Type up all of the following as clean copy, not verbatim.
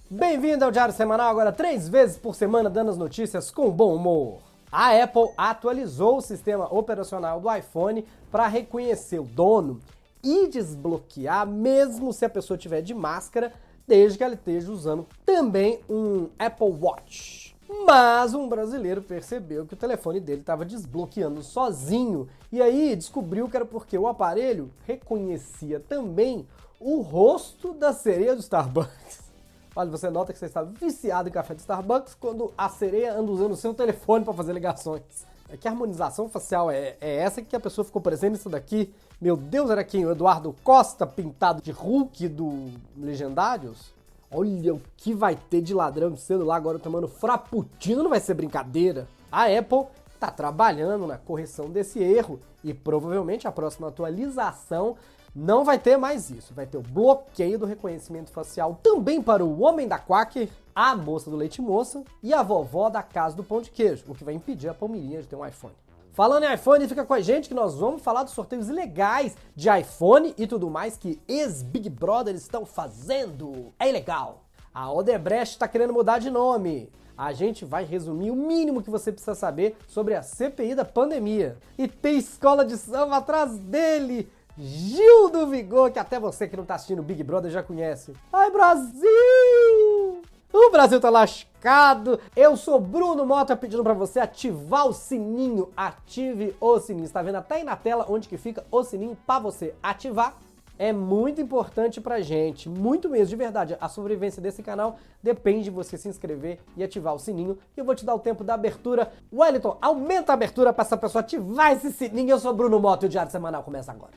Bem-vindo ao Diário Semanal, agora 3 vezes por semana dando as notícias com bom humor. A Apple atualizou o sistema operacional do iPhone para reconhecer o dono e desbloquear mesmo se a pessoa estiver de máscara, desde que ela esteja usando também um Apple Watch. Mas um brasileiro percebeu que o telefone dele estava desbloqueando sozinho e aí descobriu que era porque o aparelho reconhecia também o rosto da sereia do Starbucks. Olha, você nota que você está viciado em café de Starbucks quando a sereia anda usando o seu telefone para fazer ligações. É que a harmonização facial é essa que a pessoa ficou parecendo isso daqui. Meu Deus, era quem? O Eduardo Costa pintado de Hulk do Legendários? Olha o que vai ter de ladrão de celular agora tomando frappuccino, não vai ser brincadeira. A Apple está trabalhando na correção desse erro e provavelmente a próxima atualização não vai ter mais isso. Vai ter o bloqueio do reconhecimento facial também para o homem da Quaker, a moça do leite moça e a vovó da casa do pão de queijo, o que vai impedir a Palmeirinha de ter um iPhone. Falando em iPhone, fica com a gente que nós vamos falar dos sorteios ilegais de iPhone e tudo mais que ex-Big Brother estão fazendo. É ilegal. A Odebrecht está querendo mudar de nome. A gente vai resumir o mínimo que você precisa saber sobre a CPI da pandemia. E tem escola de samba atrás dele. Gil do Vigor, que até você que não tá assistindo Big Brother já conhece. Ai, Brasil! O Brasil tá lascado. Eu sou Bruno Mota pedindo pra você ativar o sininho. Ative o sininho. Está vendo até aí na tela onde que fica o sininho pra você ativar. É muito importante pra gente, muito mesmo, de verdade. A sobrevivência desse canal depende de você se inscrever e ativar o sininho. E eu vou te dar o tempo da abertura. Wellington, aumenta a abertura pra essa pessoa ativar esse sininho. Eu sou Bruno Mota e o Diário Semanal começa agora.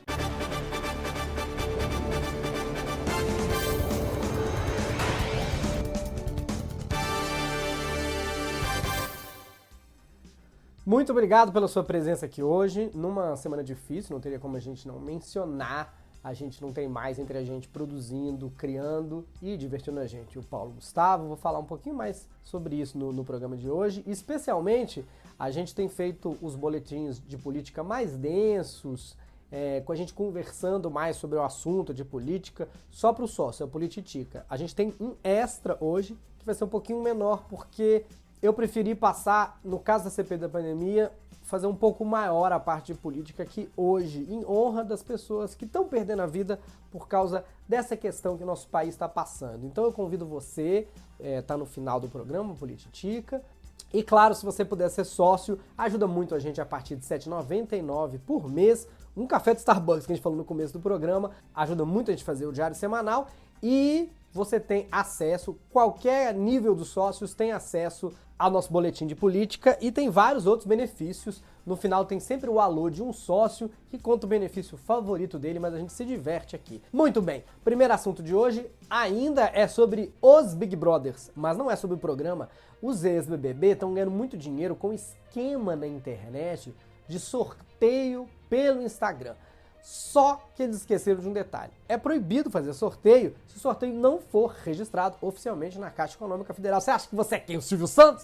Muito obrigado pela sua presença aqui hoje, numa semana difícil, não teria como a gente não mencionar, a gente não tem mais entre a gente produzindo, criando e divertindo a gente. O Paulo Gustavo, vou falar um pouquinho mais sobre isso no programa de hoje, especialmente a gente tem feito os boletins de política mais densos, com a gente conversando mais sobre o assunto de política, só para o sócio, a Polititica. A gente tem um extra hoje, que vai ser um pouquinho menor, porque eu preferi passar, no caso da CPI da pandemia, fazer um pouco maior a parte de política que hoje, em honra das pessoas que estão perdendo a vida por causa dessa questão que nosso país está passando. Então eu convido você, tá no final do programa, Polititica. E claro, se você puder ser sócio, ajuda muito a gente a partir de R$ 7,99 por mês. Um café de Starbucks, que a gente falou no começo do programa, ajuda muito a gente a fazer o Diário Semanal. E você tem acesso, qualquer nível dos sócios tem acesso ao nosso boletim de política e tem vários outros benefícios. No final tem sempre o alô de um sócio que conta o benefício favorito dele, mas a gente se diverte aqui. Muito bem, primeiro assunto de hoje ainda é sobre os Big Brothers, mas não é sobre o programa. Os ex-BBB estão ganhando muito dinheiro com esquema na internet de sorteio pelo Instagram. Só que eles esqueceram de um detalhe. É proibido fazer sorteio se o sorteio não for registrado oficialmente na Caixa Econômica Federal. Você acha que você é quem? O Silvio Santos?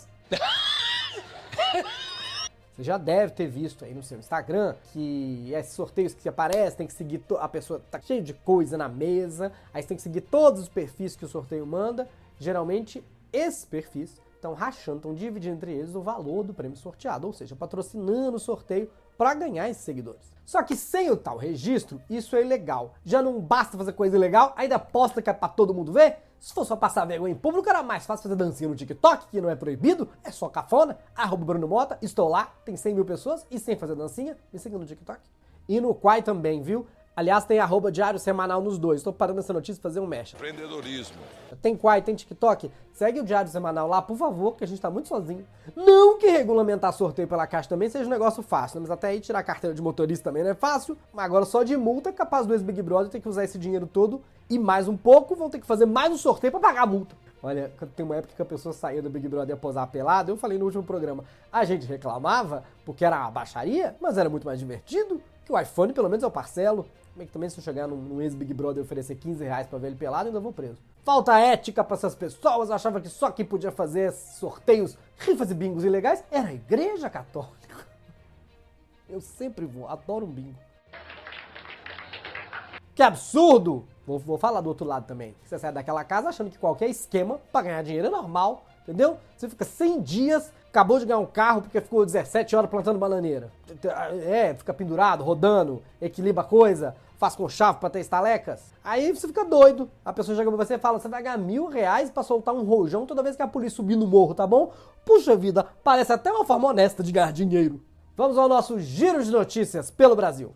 Você já deve ter visto aí no seu Instagram que esses sorteios que aparecem, tem que seguir, a pessoa tá cheia de coisa na mesa, aí você tem que seguir todos os perfis que o sorteio manda. Geralmente, esses perfis estão rachando, estão dividindo entre eles o valor do prêmio sorteado, ou seja, patrocinando o sorteio para ganhar esses seguidores. Só que sem o tal registro, isso é ilegal. Já não basta fazer coisa ilegal, ainda posta que é pra todo mundo ver? Se for só passar vergonha em público, era mais fácil fazer dancinha no TikTok, que não é proibido, é só cafona. @Bruno Mota, estou lá, tem 100 mil pessoas e sem fazer dancinha, me siga no TikTok. E no Quai também, viu? Aliás, tem @Diário Semanal nos dois. Estou parando essa notícia pra fazer um mecha. Empreendedorismo. Tem Quai, tem TikTok. Segue o Diário Semanal lá, por favor, que a gente tá muito sozinho. Não que regulamentar sorteio pela Caixa também seja um negócio fácil, mas até aí tirar a carteira de motorista também não é fácil. Mas agora só de multa é capaz do ex-Big Brother ter que usar esse dinheiro todo e mais um pouco vão ter que fazer mais um sorteio pra pagar a multa. Olha, tem uma época que a pessoa saía do Big Brother e ia posar pelado, eu falei no último programa, a gente reclamava porque era uma baixaria, mas era muito mais divertido, que o iPhone pelo menos é o parcelo. Como é que também se eu chegar num ex-Big Brother e oferecer R$ 15 pra ver ele pelado, eu ainda vou preso. Falta ética pra essas pessoas, eu achava que só quem podia fazer sorteios, rifas e bingos ilegais era a Igreja Católica. Eu sempre vou, adoro um bingo. Que absurdo! Vou falar do outro lado também. Você sai daquela casa achando que qualquer esquema pra ganhar dinheiro é normal, entendeu? Você fica 100 dias, acabou de ganhar um carro porque ficou 17 horas plantando bananeira. Fica pendurado, rodando, equilibra a coisa, faz com chave pra ter estalecas. Aí você fica doido. A pessoa chega pra você e fala, você vai ganhar R$1.000 pra soltar um rojão toda vez que a polícia subir no morro, tá bom? Puxa vida, parece até uma forma honesta de ganhar dinheiro. Vamos ao nosso giro de notícias pelo Brasil.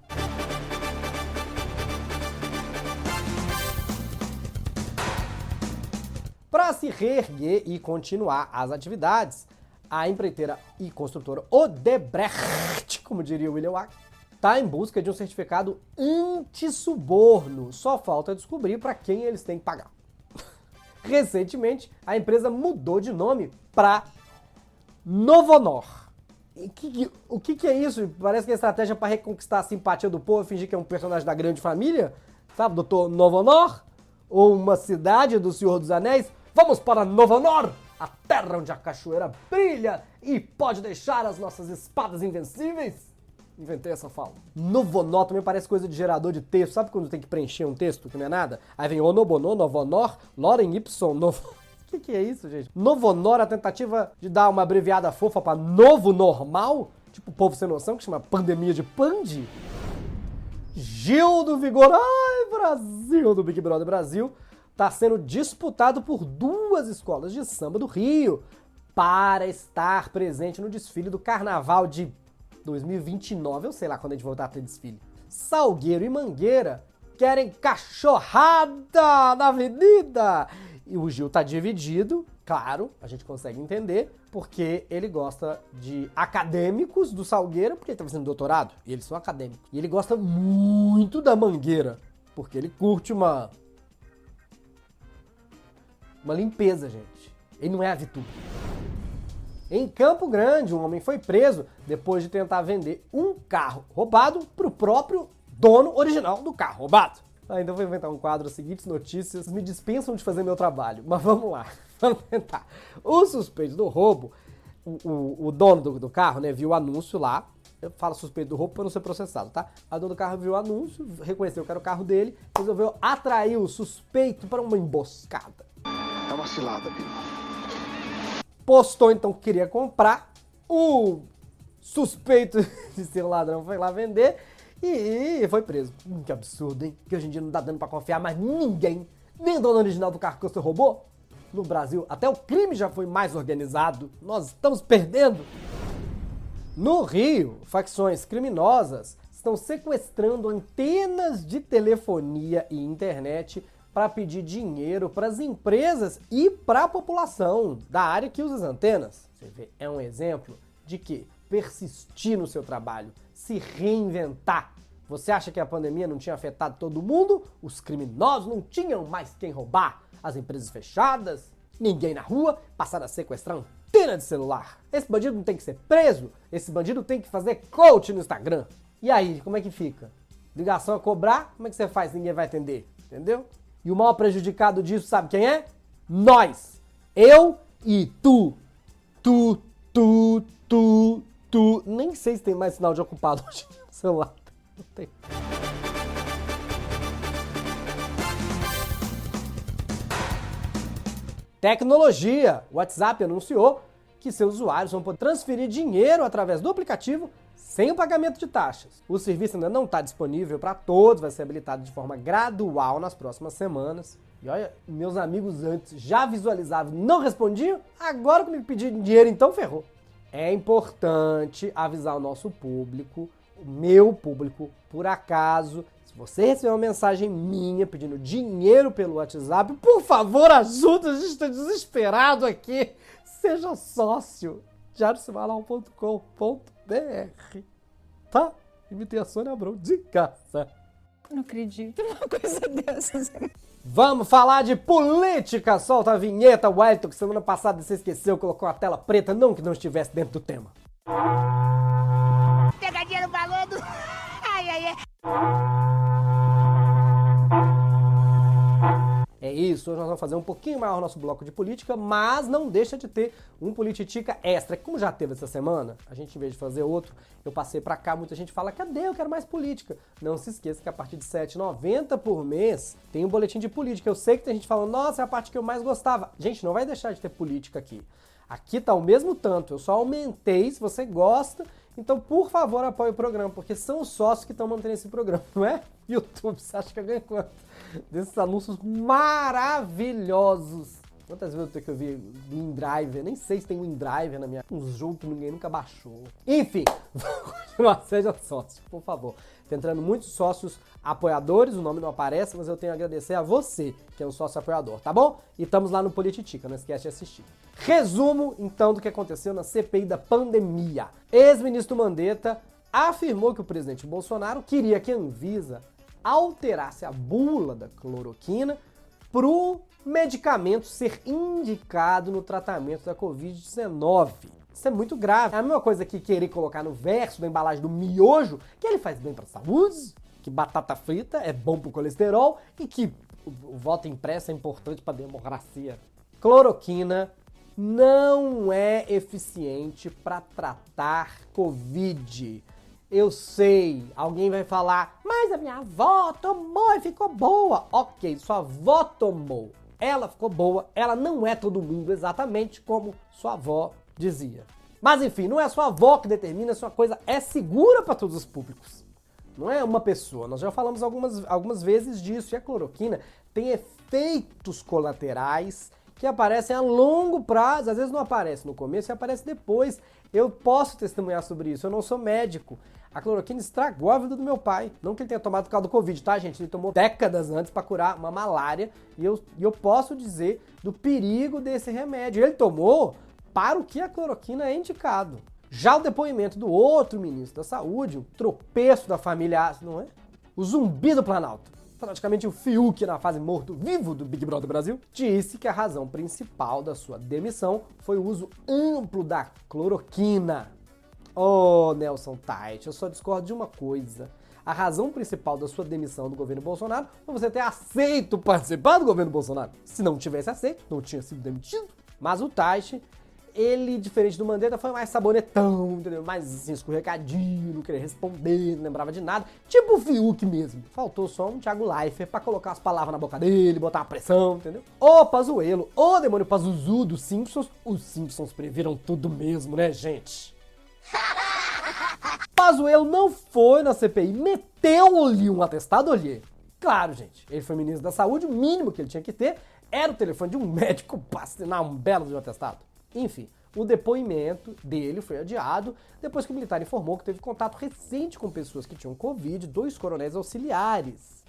Para se reerguer e continuar as atividades, a empreiteira e construtora Odebrecht, como diria o William Wack, está em busca de um certificado anti-suborno. Só falta descobrir para quem eles têm que pagar. Recentemente, a empresa mudou de nome para Novonor. O que é isso? Parece que é estratégia para reconquistar a simpatia do povo e fingir que é um personagem da grande família? Sabe, doutor Novonor? Ou uma cidade do Senhor dos Anéis? Vamos para Novonor, a terra onde a cachoeira brilha e pode deixar as nossas espadas invencíveis? Inventei essa fala. Novonor também parece coisa de gerador de texto. Sabe quando tem que preencher um texto que não é nada? Aí vem Onobono, Novonor, Loren Ipson, Novo... O que é isso, gente? Novonor, a tentativa de dar uma abreviada fofa para novo normal? Tipo o povo sem noção, que chama pandemia de pande? Gil do Vigor, ai Brasil, do Big Brother Brasil, está sendo disputado por 2 escolas de samba do Rio para estar presente no desfile do Carnaval de 2029, eu sei lá quando a gente voltar a ter desfile. Salgueiro e Mangueira querem cachorrada na avenida. E o Gil tá dividido, claro, a gente consegue entender, porque ele gosta de acadêmicos do Salgueiro, porque ele tá fazendo doutorado, e eles são acadêmicos. E ele gosta muito da Mangueira, porque ele curte uma limpeza, gente. Ele não é a VTube. Em Campo Grande, um homem foi preso depois de tentar vender um carro roubado pro próprio dono original do carro roubado. Então vou inventar um quadro, as seguintes notícias me dispensam de fazer meu trabalho, mas vamos lá, vamos tentar. O suspeito do roubo, o dono do carro, né, viu o anúncio lá, eu falo suspeito do roubo para não ser processado, tá? A dona do carro viu o anúncio, reconheceu que era o carro dele, resolveu atrair o suspeito para uma emboscada. É uma cilada, Bino. Postou então que queria comprar, o suspeito de ser ladrão foi lá vender e foi preso. Que absurdo, hein? Que hoje em dia não dá dando pra confiar mais ninguém, nem o dono original do carro que você roubou. No Brasil, até o crime já foi mais organizado. Nós estamos perdendo. No Rio, facções criminosas estão sequestrando antenas de telefonia e internet para pedir dinheiro para as empresas e para a população da área que usa as antenas. Você vê, é um exemplo de que persistir no seu trabalho, se reinventar. Você acha que a pandemia não tinha afetado todo mundo? Os criminosos não tinham mais quem roubar? As empresas fechadas? Ninguém na rua? Passaram a sequestrar antena de celular? Esse bandido não tem que ser preso? Esse bandido tem que fazer coach no Instagram? E aí, como é que fica? Ligação a cobrar? Como é que você faz? Ninguém vai atender, entendeu? E o maior prejudicado disso, sabe quem é? Nós! Eu e tu! Tu. Nem sei se tem mais sinal de ocupado hoje no celular. Não tem. Tecnologia. O WhatsApp anunciou que seus usuários vão poder transferir dinheiro através do aplicativo sem o pagamento de taxas. O serviço ainda não está disponível para todos, vai ser habilitado de forma gradual nas próximas semanas. E olha, meus amigos antes já visualizavam, não respondiam, agora que me pediram dinheiro, então ferrou. É importante avisar o nosso público, o meu público, por acaso, se você receber uma mensagem minha pedindo dinheiro pelo WhatsApp, por favor, ajuda, a gente está desesperado aqui. Seja sócio, diariosimalão.com.br, tá? Imitei a Sônia Abrão de casa. Não acredito numa coisa dessas. Vamos falar de política! Solta a vinheta, Wellington, que semana passada você esqueceu, colocou a tela preta, não que não estivesse dentro do tema. Pegadinha no balão do... Ai. É É isso, hoje nós vamos fazer um pouquinho maior o nosso bloco de política, mas não deixa de ter um Polititica extra. Como já teve essa semana, a gente, em vez de fazer outro, eu passei pra cá, muita gente fala, cadê? Eu quero mais política. Não se esqueça que a partir de R$ 7,90 por mês tem um boletim de política. Eu sei que tem gente falando, nossa, é a parte que eu mais gostava. Gente, não vai deixar de ter política aqui. Aqui tá o mesmo tanto, eu só aumentei, se você gosta, então por favor apoie o programa, porque são os sócios que estão mantendo esse programa, não é? YouTube, você acha que eu ganho quanto? Desses anúncios maravilhosos. Quantas vezes eu tenho que ouvir WinDriver? Nem sei se tem WinDriver na minha... Um jogo que ninguém nunca baixou. Enfim, vamos continuar, seja sócio, por favor. Tá entrando muitos sócios apoiadores, o nome não aparece, mas eu tenho a agradecer a você, que é um sócio apoiador, tá bom? E estamos lá no Polititica, não esquece de assistir. Resumo, então, do que aconteceu na CPI da pandemia. Ex-ministro Mandetta afirmou que o presidente Bolsonaro queria que a Anvisa alterasse a bula da cloroquina para o medicamento ser indicado no tratamento da Covid-19. Isso é muito grave. É a mesma coisa que querer colocar no verso da embalagem do miojo que ele faz bem para a saúde, que batata frita é bom para o colesterol e que o voto impresso é importante para a democracia. Cloroquina não é eficiente para tratar Covid. Eu sei, alguém vai falar, mas a minha avó tomou e ficou boa. Ok, sua avó tomou, ela ficou boa, ela não é todo mundo exatamente como sua avó dizia. Mas enfim, não é a sua avó que determina se uma coisa é segura para todos os públicos. Não é uma pessoa, nós já falamos algumas vezes disso, e a cloroquina tem efeitos colaterais que aparecem a longo prazo, às vezes não aparece no começo e aparece depois. Eu posso testemunhar sobre isso, eu não sou médico. A cloroquina estragou a vida do meu pai. Não que ele tenha tomado por causa do Covid, tá, gente? Ele tomou décadas antes para curar uma malária. E eu posso dizer do perigo desse remédio. Ele tomou para o que a cloroquina é indicado. Já o depoimento do outro ministro da Saúde, o tropeço da família, não é? O zumbi do Planalto, praticamente o Fiuk na fase morto-vivo do Big Brother Brasil, disse que a razão principal da sua demissão foi o uso amplo da cloroquina. Ô, Nelson Tait, eu só discordo de uma coisa. A razão principal da sua demissão do governo Bolsonaro foi você ter aceito participar do governo Bolsonaro. Se não tivesse aceito, não tinha sido demitido. Mas o Tait, ele, diferente do Mandetta, foi mais sabonetão, entendeu? Mais assim, escorregadinho, não queria responder, não lembrava de nada. Tipo o Fiuk mesmo. Faltou só um Thiago Leifert pra colocar as palavras na boca dele, botar uma pressão, entendeu? Ô Pazuello, ô demônio Pazuzu dos Simpsons. Os Simpsons previram tudo mesmo, né, gente? Pazuello não foi na CPI, meteu-lhe um atestado, olhê. Claro, gente, ele foi ministro da Saúde, o mínimo que ele tinha que ter era o telefone de um médico para assinar um belo de um atestado. Enfim, o depoimento dele foi adiado depois que o militar informou que teve contato recente com pessoas que tinham Covid, 2 coronéis auxiliares.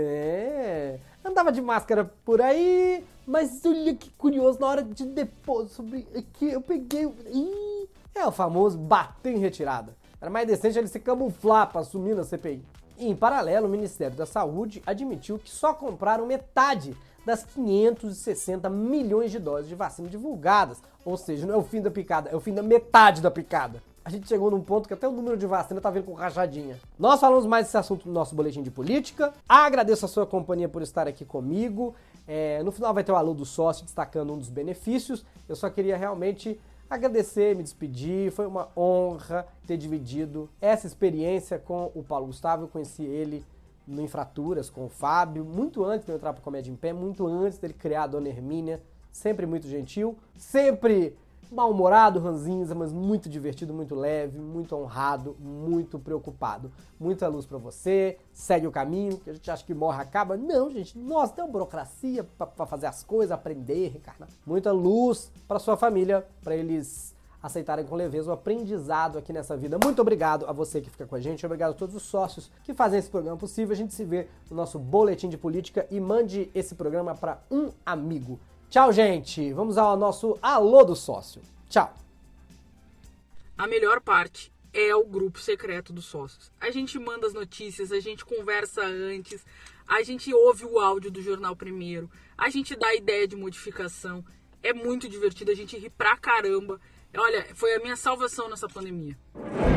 Andava de máscara por aí, mas olha que curioso, na hora de depor sobre aqui, eu peguei... É o famoso bater em retirada. Era mais decente ele se camuflar para assumir na CPI. E, em paralelo, o Ministério da Saúde admitiu que só compraram metade das 560 milhões de doses de vacina divulgadas. Ou seja, não é o fim da picada, é o fim da metade da picada. A gente chegou num ponto que até o número de vacina tá vindo com rachadinha. Nós falamos mais desse assunto no nosso boletim de política. Agradeço a sua companhia por estar aqui comigo. No final vai ter o alô do sócio destacando um dos benefícios. Eu só queria realmente agradecer, me despedir. Foi uma honra ter dividido essa experiência com o Paulo Gustavo. Eu conheci ele no Infraturas com o Fábio, muito antes de eu entrar para Comédia em Pé, muito antes dele criar a Dona Hermínia. Sempre muito gentil, sempre mal-humorado, ranzinza, mas muito divertido, muito leve, muito honrado, muito preocupado. Muita luz pra você, segue o caminho, que a gente acha que morre, acaba. Não, gente, nós temos burocracia pra fazer as coisas, aprender, reencarnar. Muita luz pra sua família, pra eles aceitarem com leveza o aprendizado aqui nessa vida. Muito obrigado a você que fica com a gente, obrigado a todos os sócios que fazem esse programa possível. A gente se vê no nosso boletim de política e mande esse programa pra um amigo. Tchau, gente. Vamos ao nosso alô do sócio. Tchau. A melhor parte é o grupo secreto dos sócios. A gente manda as notícias, a gente conversa antes, a gente ouve o áudio do jornal primeiro, a gente dá ideia de modificação. É muito divertido, a gente ri pra caramba. Olha, foi a minha salvação nessa pandemia.